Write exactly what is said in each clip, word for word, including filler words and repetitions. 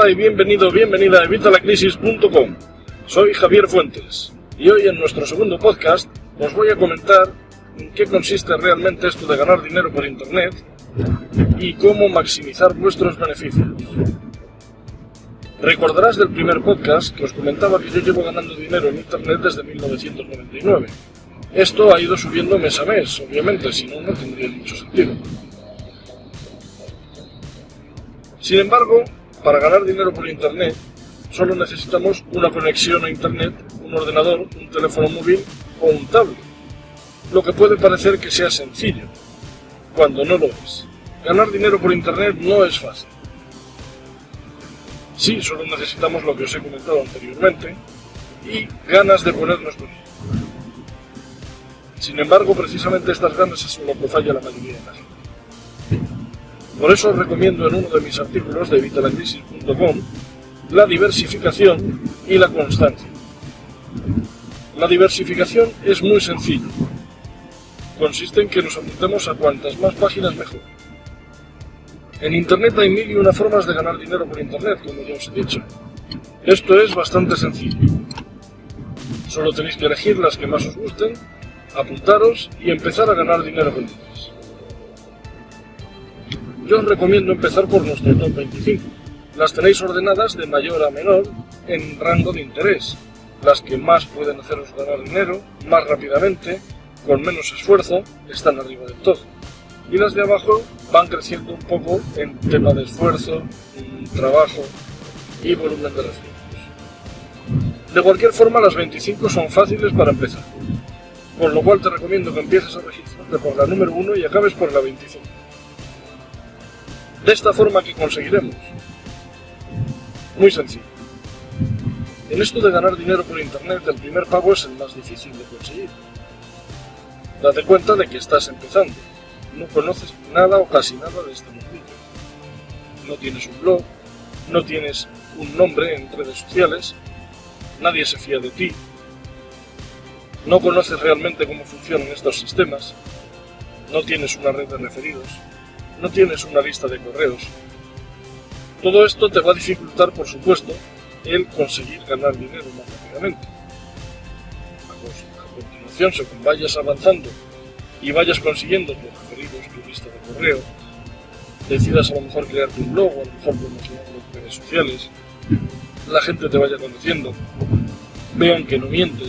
Hola y bienvenido, bienvenida a evita la crisis punto com. Soy Javier Fuentes y hoy en nuestro segundo podcast os voy a comentar en qué consiste realmente esto de ganar dinero por internet y cómo maximizar vuestros beneficios. Recordarás del primer podcast que os comentaba que yo llevo ganando dinero en internet desde mil novecientos noventa y nueve. Esto ha ido subiendo mes a mes, obviamente, si no, no tendría mucho sentido. Sin embargo, para ganar dinero por internet, solo necesitamos una conexión a internet, un ordenador, un teléfono móvil o un tablet. Lo que puede parecer que sea sencillo, cuando no lo es. Ganar dinero por internet no es fácil. Sí, solo necesitamos lo que os he comentado anteriormente y ganas de ponernos con ello. Sin embargo, precisamente estas ganas es lo que falla la mayoría de la gente. Por eso os recomiendo en uno de mis artículos de evita la crisis punto com la diversificación y la constancia. La diversificación es muy sencilla. Consiste en que nos apuntemos a cuantas más páginas mejor. En internet hay mil y una formas de ganar dinero por internet, como ya os he dicho. Esto es bastante sencillo. Solo tenéis que elegir las que más os gusten, apuntaros y empezar a ganar dinero con ellas. Yo os recomiendo empezar por nuestro top veinticinco. Las tenéis ordenadas de mayor a menor en rango de interés. Las que más pueden haceros ganar dinero, más rápidamente, con menos esfuerzo, están arriba del todo. Y las de abajo van creciendo un poco en tema de esfuerzo, trabajo y volumen de recursos. De cualquier forma, las veinticinco son fáciles para empezar. Con lo cual te recomiendo que empieces a registrarte por la número uno y acabes por la veinticinco. De esta forma, ¿qué conseguiremos? Muy sencillo. En esto de ganar dinero por internet, el primer pago es el más difícil de conseguir. Date cuenta de que estás empezando. No conoces nada o casi nada de este mundillo. No tienes un blog, no tienes un nombre en redes sociales, nadie se fía de ti, no conoces realmente cómo funcionan estos sistemas, no tienes una red de referidos, no tienes una lista de correos. Todo esto te va a dificultar, por supuesto, el conseguir ganar dinero más rápidamente. A continuación, según vayas avanzando y vayas consiguiendo tus referidos, tu lista de correo, decidas a lo mejor crearte un blog o a lo mejor promocionarlo en redes sociales, la gente te vaya conociendo, vean que no mientes,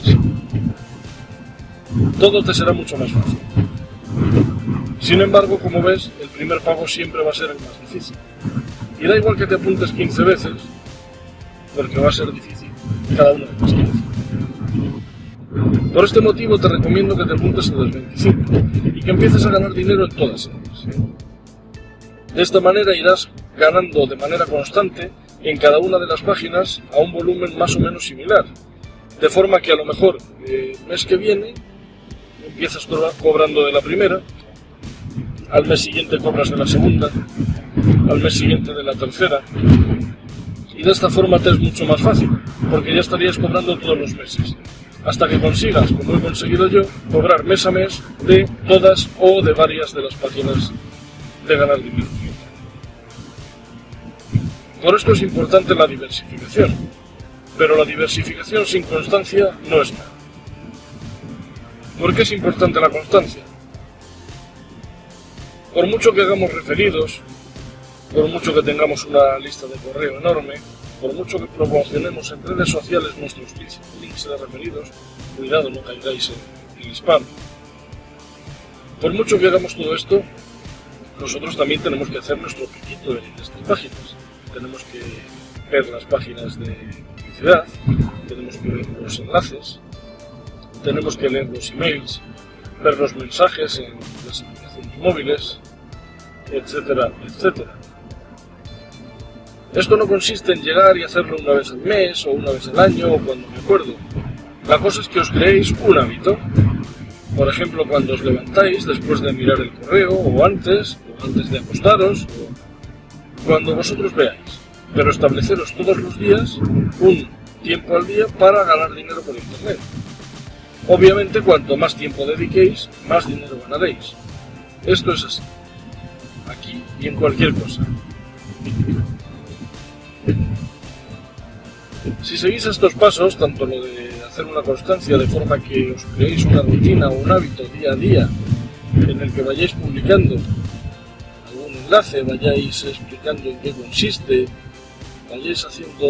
todo te será mucho más fácil. Sin embargo, como ves, el primer pago siempre va a ser el más difícil. Y da igual que te apuntes quince veces, porque va a ser difícil cada una de las quince. Por este motivo te recomiendo que te apuntes a las veinticinco y que empieces a ganar dinero en todas ellas. De esta manera irás ganando de manera constante en cada una de las páginas a un volumen más o menos similar. De forma que a lo mejor el mes que viene empiezas cobrando de la primera, al mes siguiente cobras de la segunda, al mes siguiente de la tercera. Y de esta forma te es mucho más fácil, porque ya estarías cobrando todos los meses. Hasta que consigas, como he conseguido yo, cobrar mes a mes de todas o de varias de las páginas de ganar dinero. Por esto es importante la diversificación, pero la diversificación sin constancia no es nada. ¿Por qué es importante la constancia? Por mucho que hagamos referidos, por mucho que tengamos una lista de correo enorme, por mucho que promocionemos en redes sociales nuestros links de referidos, cuidado, no caigáis en el spam. Por mucho que hagamos todo esto, nosotros también tenemos que hacer nuestro piquito en estas páginas. Tenemos que ver las páginas de publicidad, tenemos que ver los enlaces, tenemos que leer los emails, ver los mensajes en las aplicaciones móviles, etcétera, etcétera. Esto no consiste en llegar y hacerlo una vez al mes o una vez al año o cuando me acuerdo. La cosa es que os creéis un hábito. Por ejemplo, cuando os levantáis después de mirar el correo o antes, o antes de acostaros, o cuando vosotros veáis. Pero estableceros todos los días un tiempo al día para ganar dinero por internet. Obviamente, cuanto más tiempo dediquéis, más dinero ganaréis. Esto es así. Aquí y en cualquier cosa. Si seguís estos pasos, tanto lo de hacer una constancia de forma que os creéis una rutina o un hábito día a día en el que vayáis publicando algún enlace, vayáis explicando en qué consiste, vayáis haciendo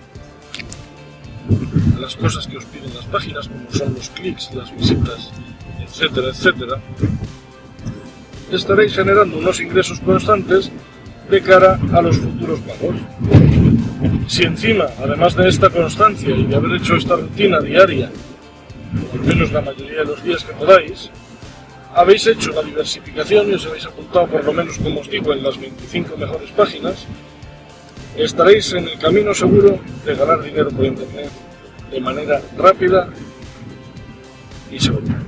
las cosas que os piden las páginas, como son los clics, las visitas, etcétera, etcétera, estaréis generando unos ingresos constantes de cara a los futuros pagos. Si encima, además de esta constancia y de haber hecho esta rutina diaria, o al menos la mayoría de los días que podáis, habéis hecho la diversificación y os habéis apuntado por lo menos, como os digo, en las veinticinco mejores páginas, estaréis en el camino seguro de ganar dinero por internet de manera rápida y segura.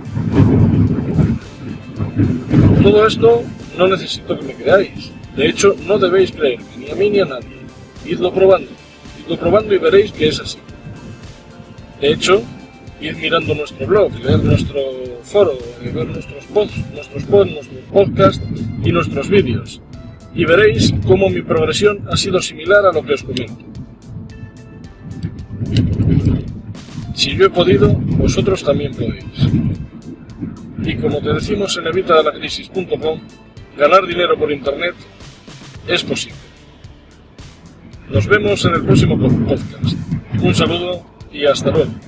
Todo esto no necesito que me creáis. De hecho, no debéis creerme, ni a mí ni a nadie. Idlo probando. Idlo probando y veréis que es así. De hecho, id mirando nuestro blog, leer nuestro foro, ver nuestros posts, nuestros posts, nuestros podcasts y nuestros vídeos. Y veréis cómo mi progresión ha sido similar a lo que os comento. Si yo he podido, vosotros también podéis. Y como te decimos en evita de la crisis punto com, ganar dinero por internet es posible. Nos vemos en el próximo podcast. Un saludo y hasta luego.